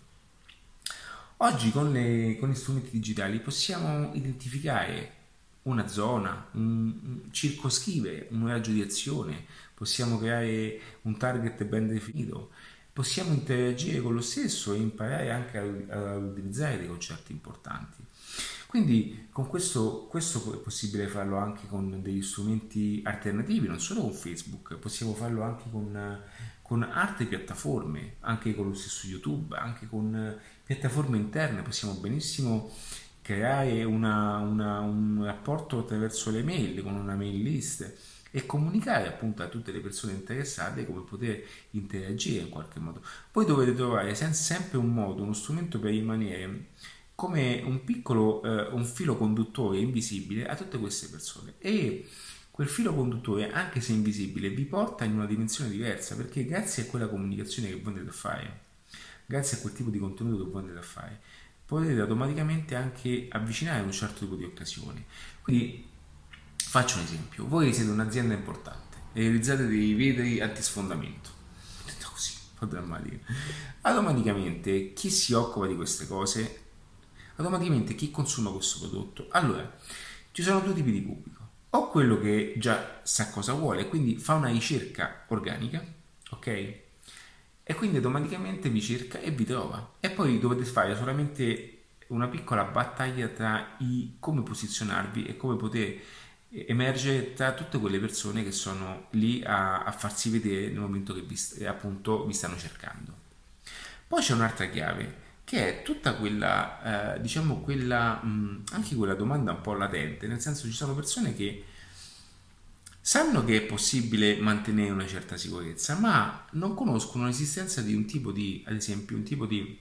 Oggi con, le, con gli strumenti digitali possiamo identificare una zona, un, un, circoscrivere un raggio di azione, possiamo creare un target ben definito, possiamo interagire con lo stesso e imparare anche a, a utilizzare dei concetti importanti. Quindi con questo, questo è possibile farlo anche con degli strumenti alternativi, non solo con Facebook, possiamo farlo anche con, con altre piattaforme, anche con lo stesso YouTube, anche con piattaforme interne, possiamo benissimo creare una, una, un rapporto attraverso le mail, con una mail list e comunicare appunto a tutte le persone interessate come poter interagire in qualche modo. Poi dovete trovare sempre un modo, uno strumento per rimanere come un piccolo eh, un filo conduttore invisibile a tutte queste persone, e quel filo conduttore, anche se invisibile, vi porta in una dimensione diversa, perché grazie a quella comunicazione che voi andate a fare, grazie a quel tipo di contenuto che voi andate a fare, potete automaticamente anche avvicinare un certo tipo di occasioni. Quindi faccio un esempio: voi siete un'azienda importante e realizzate dei vetri antisfondamento, detto così, un po' drammatico. Automaticamente chi si occupa di queste cose, automaticamente chi consuma questo prodotto, allora ci sono due tipi di pubblico: o quello che già sa cosa vuole, quindi fa una ricerca organica, ok? E quindi automaticamente vi cerca e vi trova, e poi dovete fare solamente una piccola battaglia tra i come posizionarvi e come poter emergere tra tutte quelle persone che sono lì a, a farsi vedere nel momento che vi, appunto vi stanno cercando. Poi c'è un'altra chiave, che è tutta quella, eh, diciamo quella, mh, anche quella domanda un po' latente, nel senso, ci sono persone che sanno che è possibile mantenere una certa sicurezza, ma non conoscono l'esistenza di un tipo di, ad esempio, un tipo di,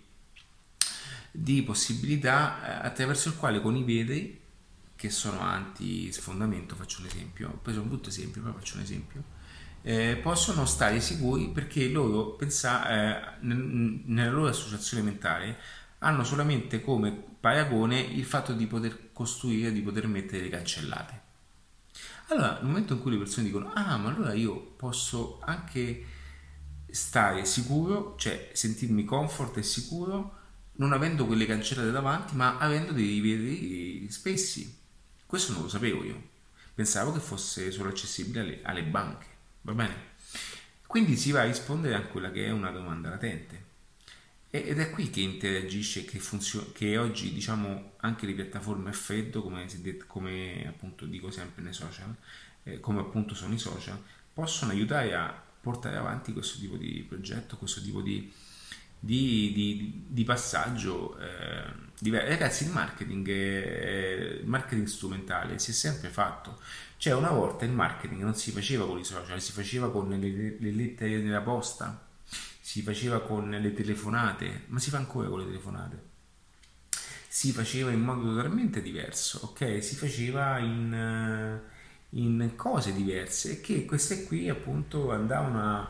di possibilità eh, attraverso il quale con i vetri, che sono anti-sfondamento, faccio un esempio, ho preso un brutto esempio, però faccio un esempio, eh, possono stare sicuri perché loro, pensa, eh, nella loro associazione mentale, hanno solamente come paragone il fatto di poter costruire, di poter mettere le cancellate. Allora, nel momento in cui le persone dicono: ah, ma allora io posso anche stare sicuro, cioè sentirmi comfort e sicuro, non avendo quelle cancellate davanti, ma avendo dei vetri spessi. Questo non lo sapevo io. Pensavo che fosse solo accessibile alle, alle banche, va bene? Quindi si va a rispondere a quella che è una domanda latente. Ed è qui che interagisce, che funziona, che oggi, diciamo, anche le piattaforme a freddo, come, si det- come appunto dico sempre nei social, eh, come appunto sono i social, possono aiutare a portare avanti questo tipo di progetto, questo tipo di, di, di, di passaggio eh, diverso. Ragazzi, il marketing, è, il marketing strumentale si è sempre fatto. Cioè, una volta il marketing non si faceva con i social, si faceva con le, le lettere della posta, si faceva con le telefonate, ma si fa ancora con le telefonate. Si faceva in modo totalmente diverso, ok? Si faceva in, in cose diverse e che queste qui appunto andavano a,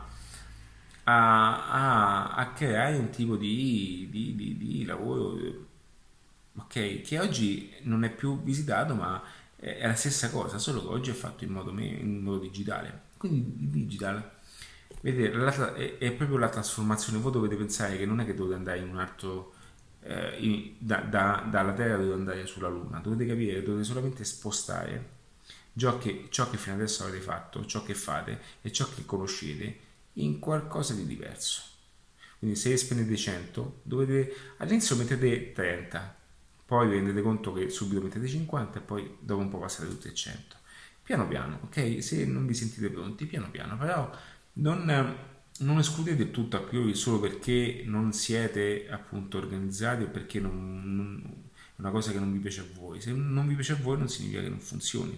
a, a, a creare un tipo di, di, di, di lavoro, ok? Che oggi non è più visitato, ma è la stessa cosa, solo che oggi è fatto in modo, me- in modo digitale. Quindi il digital, vedete, la- è, è proprio la trasformazione. Voi dovete pensare che non è che dovete andare in un altro eh, in- da- da- dalla Terra dovete andare sulla Luna, dovete capire che dovete solamente spostare ciò che, ciò che fino adesso avete fatto, ciò che fate e ciò che conoscete in qualcosa di diverso. Quindi se spendete cento, dovete all'inizio mettete trenta, poi vi rendete conto che subito mettete cinquanta e poi dopo un po' passate tutti a cento. Piano piano, ok? Se non vi sentite pronti, piano piano, però non, non escludete il tutto a priori solo perché non siete appunto organizzati o perché non, non- è una cosa che non vi piace a voi. Se non vi piace a voi non significa che non funzioni.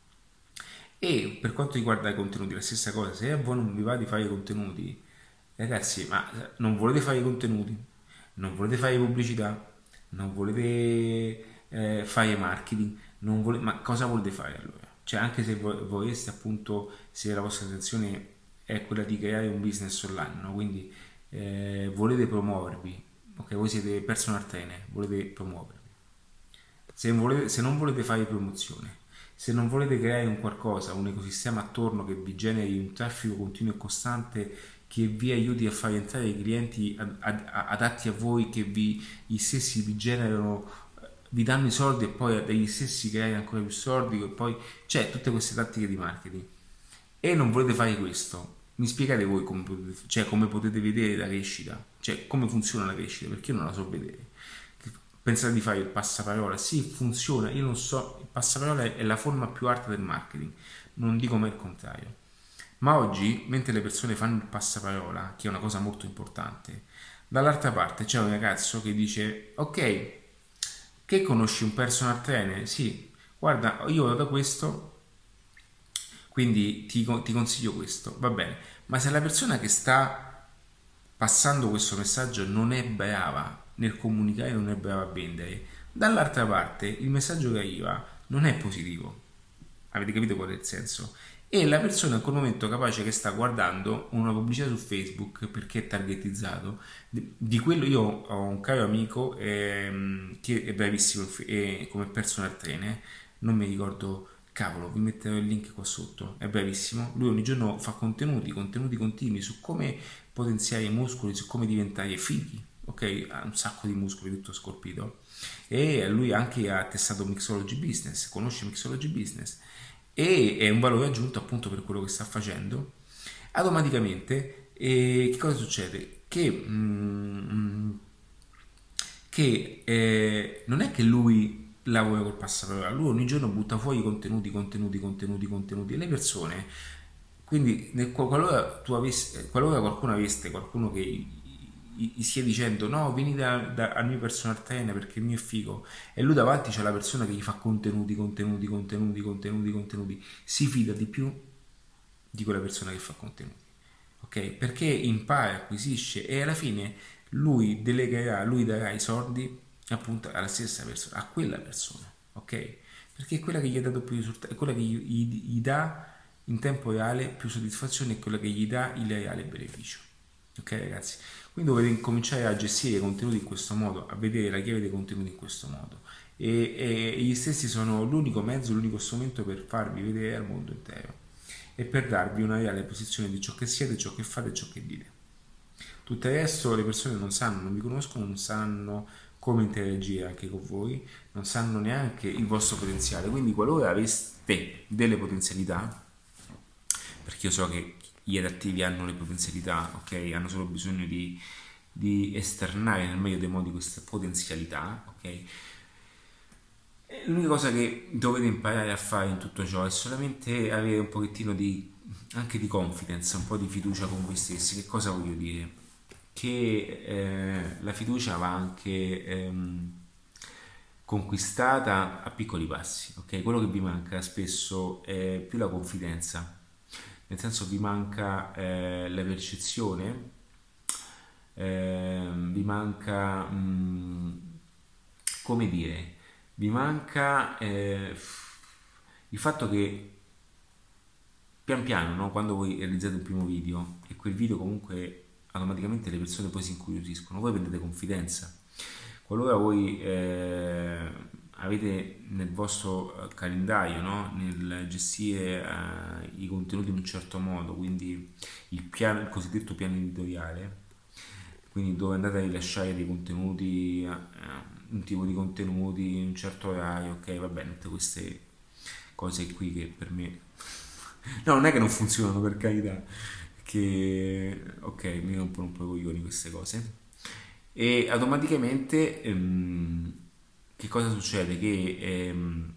E per quanto riguarda i contenuti, la stessa cosa, se a voi non vi va di fare i contenuti, ragazzi, ma non volete fare i contenuti, non volete fare pubblicità, non volete eh, fare marketing, non vole- ma cosa volete fare allora? Cioè, anche se vo- voleste appunto, se la vostra intenzione è quella di creare un business online, no? Quindi eh, volete promuovervi, ok? Voi siete personal trainer, volete promuovervi. Se non volete, se non volete fare promozione, se non volete creare un qualcosa, un ecosistema attorno che vi generi un traffico continuo e costante che vi aiuti a far entrare i clienti ad- ad- adatti a voi, che vi, gli stessi vi generano, vi danno i soldi e poi dagli stessi creare ancora più soldi, e poi c'è tutte queste tattiche di marketing e non volete fare questo, mi spiegate voi come potete, cioè, come potete vedere la crescita, cioè come funziona la crescita, perché io non la so vedere. Pensate di fare il passaparola? Sì, funziona, io non so, il passaparola è la forma più alta del marketing, non dico mai il contrario. Ma oggi, mentre le persone fanno il passaparola, che è una cosa molto importante, dall'altra parte c'è un ragazzo che dice: ok, che conosci un personal trainer? Sì, guarda, io vado da questo, quindi ti, ti consiglio questo, va bene. Ma se la persona che sta passando questo messaggio non è brava nel comunicare, non è brava a vendere, dall'altra parte il messaggio che arriva non è positivo. Avete capito qual è il senso? E la persona in quel momento capace che sta guardando una pubblicità su Facebook perché è targetizzato, di quello io ho un caro amico ehm, che è bravissimo eh, come personal trainer, non mi ricordo, cavolo, vi metterò il link qua sotto, è bravissimo, lui ogni giorno fa contenuti, contenuti continui su come potenziare i muscoli, su come diventare fighi, ok? Ha un sacco di muscoli, tutto scolpito, e lui anche ha testato Mixology Business, conosce Mixology Business e è un valore aggiunto appunto per quello che sta facendo. Automaticamente e che cosa succede? Che, mm, che eh, non è che lui lavora col passaparola, lui ogni giorno butta fuori contenuti, contenuti, contenuti, contenuti e le persone, quindi nel, qualora, tu avessi, qualora qualcuno aveste qualcuno che gli, gli stia dicendo no, vieni da, da, al mio personal trainer perché il mio è figo, e lui davanti c'è la persona che gli fa contenuti, contenuti, contenuti, contenuti, contenuti, si fida di più di quella persona che fa contenuti, ok? Perché impara, acquisisce e alla fine lui delegherà, lui darà i soldi appunto alla stessa persona, a quella persona, ok? Perché è quella che gli ha dato più risultati, è quella che gli, gli, gli dà in tempo reale più soddisfazione, è quella che gli dà il reale beneficio, ok ragazzi? Quindi dovete cominciare a gestire i contenuti in questo modo, a vedere la chiave dei contenuti in questo modo e, e, e gli stessi sono l'unico mezzo, l'unico strumento per farvi vedere al mondo intero e per darvi una reale posizione di ciò che siete, ciò che fate e ciò che dite. Tutto il resto le persone non sanno, non vi conoscono, non sanno come interagire anche con voi, non sanno neanche il vostro potenziale, quindi qualora aveste delle potenzialità, perché io so che gli adattivi hanno le potenzialità, ok? Hanno solo bisogno di, di esternare nel meglio dei modi queste potenzialità, ok? L'unica cosa che dovete imparare a fare in tutto ciò è solamente avere un pochettino di anche di confidence, un po' di fiducia con voi stessi. Che cosa voglio dire? che eh, la fiducia va anche ehm, conquistata a piccoli passi, ok? Quello che vi manca spesso è più la confidenza, nel senso vi manca eh, la percezione, eh, vi manca, mh, come dire, vi manca eh, il fatto che pian piano, no? Quando voi realizzate un primo video e quel video comunque automaticamente le persone poi si incuriosiscono, voi prendete confidenza. Qualora voi eh, avete nel vostro calendario, no? Nel gestire eh, i contenuti in un certo modo, quindi il, piano, il cosiddetto piano editoriale, quindi dove andate a rilasciare dei contenuti, eh, un tipo di contenuti in un certo orario, ok, va bene, tutte queste cose qui che per me no, non è che non funzionano, per carità, che ok, mi rompono un po' i coglioni queste cose. E automaticamente ehm, che cosa succede? Che ehm,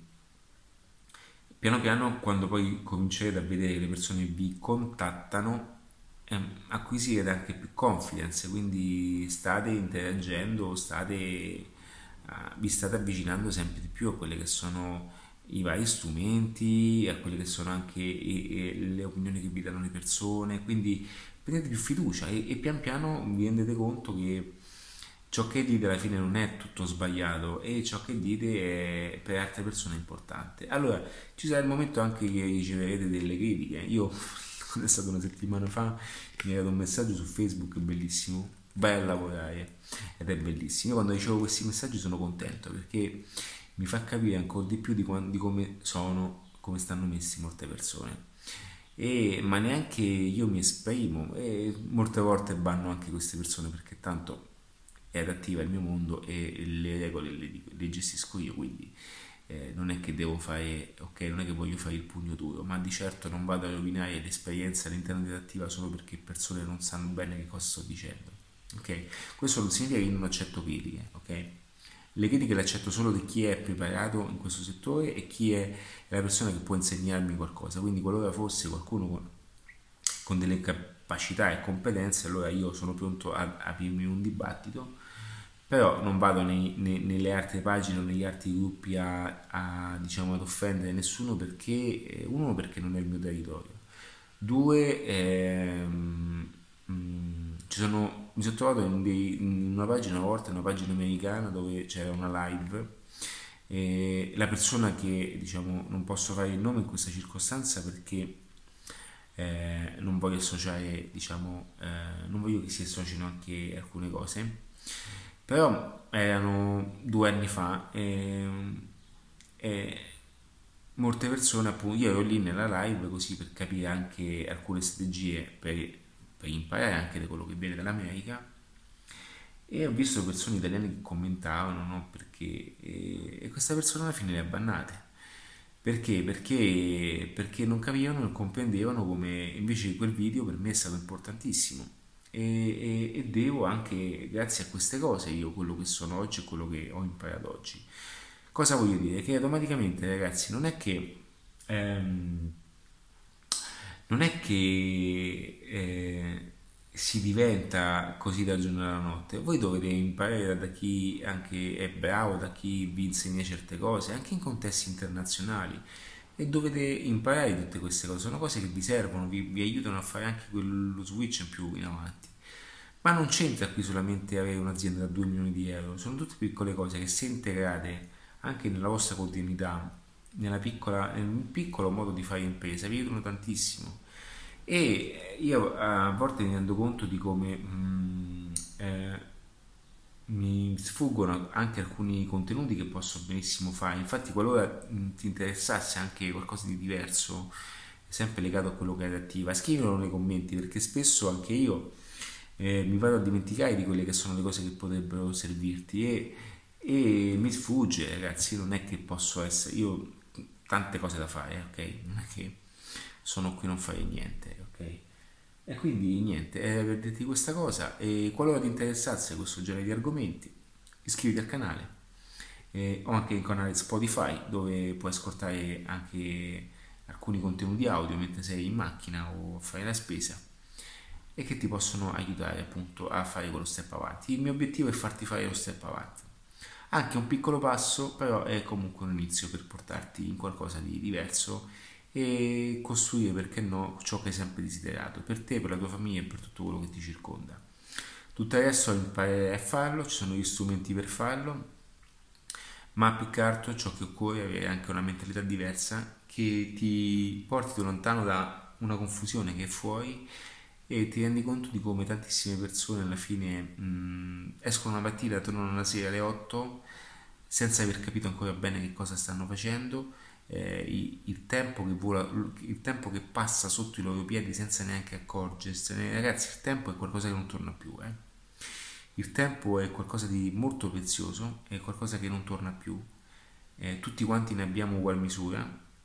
piano piano, quando poi comincerete a vedere che le persone vi contattano, ehm, acquisirete anche più confidence, quindi state interagendo, state, ah, vi state avvicinando sempre di più a quelle che sono i vari strumenti, a quelle che sono anche e- e le opinioni che vi danno le persone, quindi prendete più fiducia e, e pian piano vi rendete conto che ciò che dite alla fine non è tutto sbagliato e ciò che dite è per altre persone importante. Allora, ci sarà il momento anche che riceverete delle critiche. Io, quando è stata una settimana fa, mi è arrivato un messaggio su Facebook bellissimo, vai a lavorare, ed è bellissimo. Io quando ricevo questi messaggi sono contento perché mi fa capire ancora di più di, quan- di come sono, come stanno messi molte persone. E, ma neanche io mi esprimo e molte volte banno anche queste persone perché tanto è adattiva al mio mondo e le regole le, le gestisco io, quindi eh, non è che devo fare, ok, non è che voglio fare il pugno duro, ma di certo non vado a rovinare l'esperienza all'interno di adattiva solo perché persone non sanno bene che cosa sto dicendo, ok? Questo non significa che io non accetto critiche, ok? Le critiche le accetto solo di chi è preparato in questo settore e chi è la persona che può insegnarmi qualcosa, quindi qualora fosse qualcuno con, con delle capacità e competenze, allora io sono pronto a aprirmi un dibattito, però non vado nei, nei, nelle altre pagine o negli altri gruppi a, a, diciamo, ad offendere nessuno perché eh, uno perché non è il mio territorio, due ehm, mh, ci sono, mi sono trovato in, dei, in una pagina una volta, una pagina americana dove c'era una live e la persona che diciamo non posso fare il nome in questa circostanza perché eh, non voglio associare, diciamo, eh, non voglio che si associino anche alcune cose, però erano due anni fa e, e molte persone, appunto, io ero lì nella live così per capire anche alcune strategie per, per imparare anche da quello che viene dall'America e ho visto persone italiane che commentavano, no? Perché e, e queste persone alla fine le ha bannate. Perché? Perché, perché non capivano, non comprendevano come invece quel video per me è stato importantissimo e, e- e devo anche, grazie a queste cose, io quello che sono oggi e quello che ho imparato oggi. Cosa voglio dire? Che automaticamente, ragazzi, non è che ehm, non è che eh, si diventa così dal giorno alla notte, voi dovete imparare da chi anche è bravo, da chi vi insegna certe cose, anche in contesti internazionali, e dovete imparare tutte queste cose, sono cose che vi servono, vi, vi aiutano a fare anche quello switch in più in avanti. Ma non c'entra qui solamente avere un'azienda da due milioni di euro, sono tutte piccole cose che se integrate anche nella vostra quotidianità, nella piccola, nel piccolo modo di fare impresa, vi aiutano tantissimo. E io a volte mi rendo conto di come mm, eh, mi sfuggono anche alcuni contenuti che posso benissimo fare. Infatti, qualora mm, ti interessasse anche qualcosa di diverso, sempre legato a quello che è attiva, scrivilo nei commenti perché spesso anche io eh, mi vado a dimenticare di quelle che sono le cose che potrebbero servirti e, e mi sfugge, ragazzi. Non è che posso essere io ho tante cose da fare, ok? Non è che sono qui a non fare niente, ok? E quindi niente, eh, per dirti questa cosa, e qualora ti interessasse questo genere di argomenti, iscriviti al canale. Eh, ho anche il canale Spotify dove puoi ascoltare anche alcuni contenuti audio mentre sei in macchina o a fare la spesa. e che ti possono aiutare appunto a fare quello step avanti. Il mio obiettivo è farti fare lo step avanti. Anche un piccolo passo, però è comunque un inizio per portarti in qualcosa di diverso e costruire, perché no, ciò che hai sempre desiderato, per te, per la tua famiglia e per tutto quello che ti circonda. Tutto adesso imparerai a farlo, ci sono gli strumenti per farlo, ma più che altro ciò che occorre è avere anche una mentalità diversa che ti porti lontano da una confusione che è fuori e ti rendi conto di come tantissime persone alla fine mh, escono la mattina, tornano la sera alle otto senza aver capito ancora bene che cosa stanno facendo, eh, il, il tempo che vola, il tempo che passa sotto i loro piedi senza neanche accorgersene. Ragazzi, il tempo è qualcosa che non torna più, eh. Il tempo è qualcosa di molto prezioso, è qualcosa che non torna più. Eh, tutti quanti ne abbiamo ugual misura.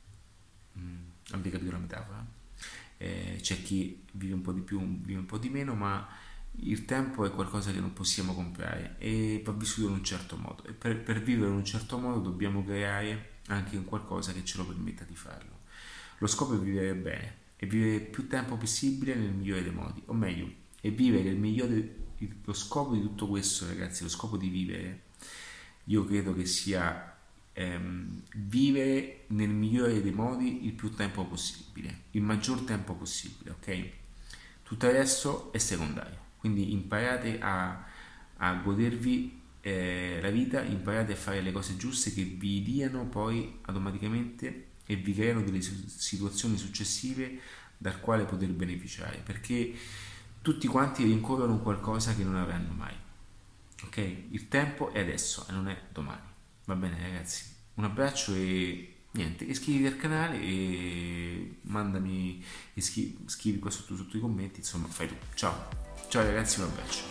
Mm, avete capito la metafora? Eh, c'è chi vive un po' di più, vive un po' di meno, ma il tempo è qualcosa che non possiamo comprare e va vissuto in un certo modo. E per, per vivere in un certo modo dobbiamo creare anche un qualcosa che ce lo permetta di farlo. Lo scopo è vivere bene e vivere il più tempo possibile nel migliore dei modi, o meglio, è vivere il migliore. Lo scopo di tutto questo, ragazzi, lo scopo di vivere, io credo che sia ehm, vivere nel migliore dei modi il più tempo possibile, il maggior tempo possibile, ok? Tutto il resto è secondario, quindi imparate a, a godervi eh, la vita, imparate a fare le cose giuste che vi diano poi automaticamente e vi creano delle situazioni successive dal quale poter beneficiare, perché tutti quanti rincorrono qualcosa che non avranno mai, ok? Il tempo è adesso e non è domani, va bene ragazzi? Un abbraccio e niente, iscriviti al canale e mandami, iscri- scrivi qua sotto, sotto i commenti, insomma fai tu. Ciao, ciao ragazzi, un abbraccio.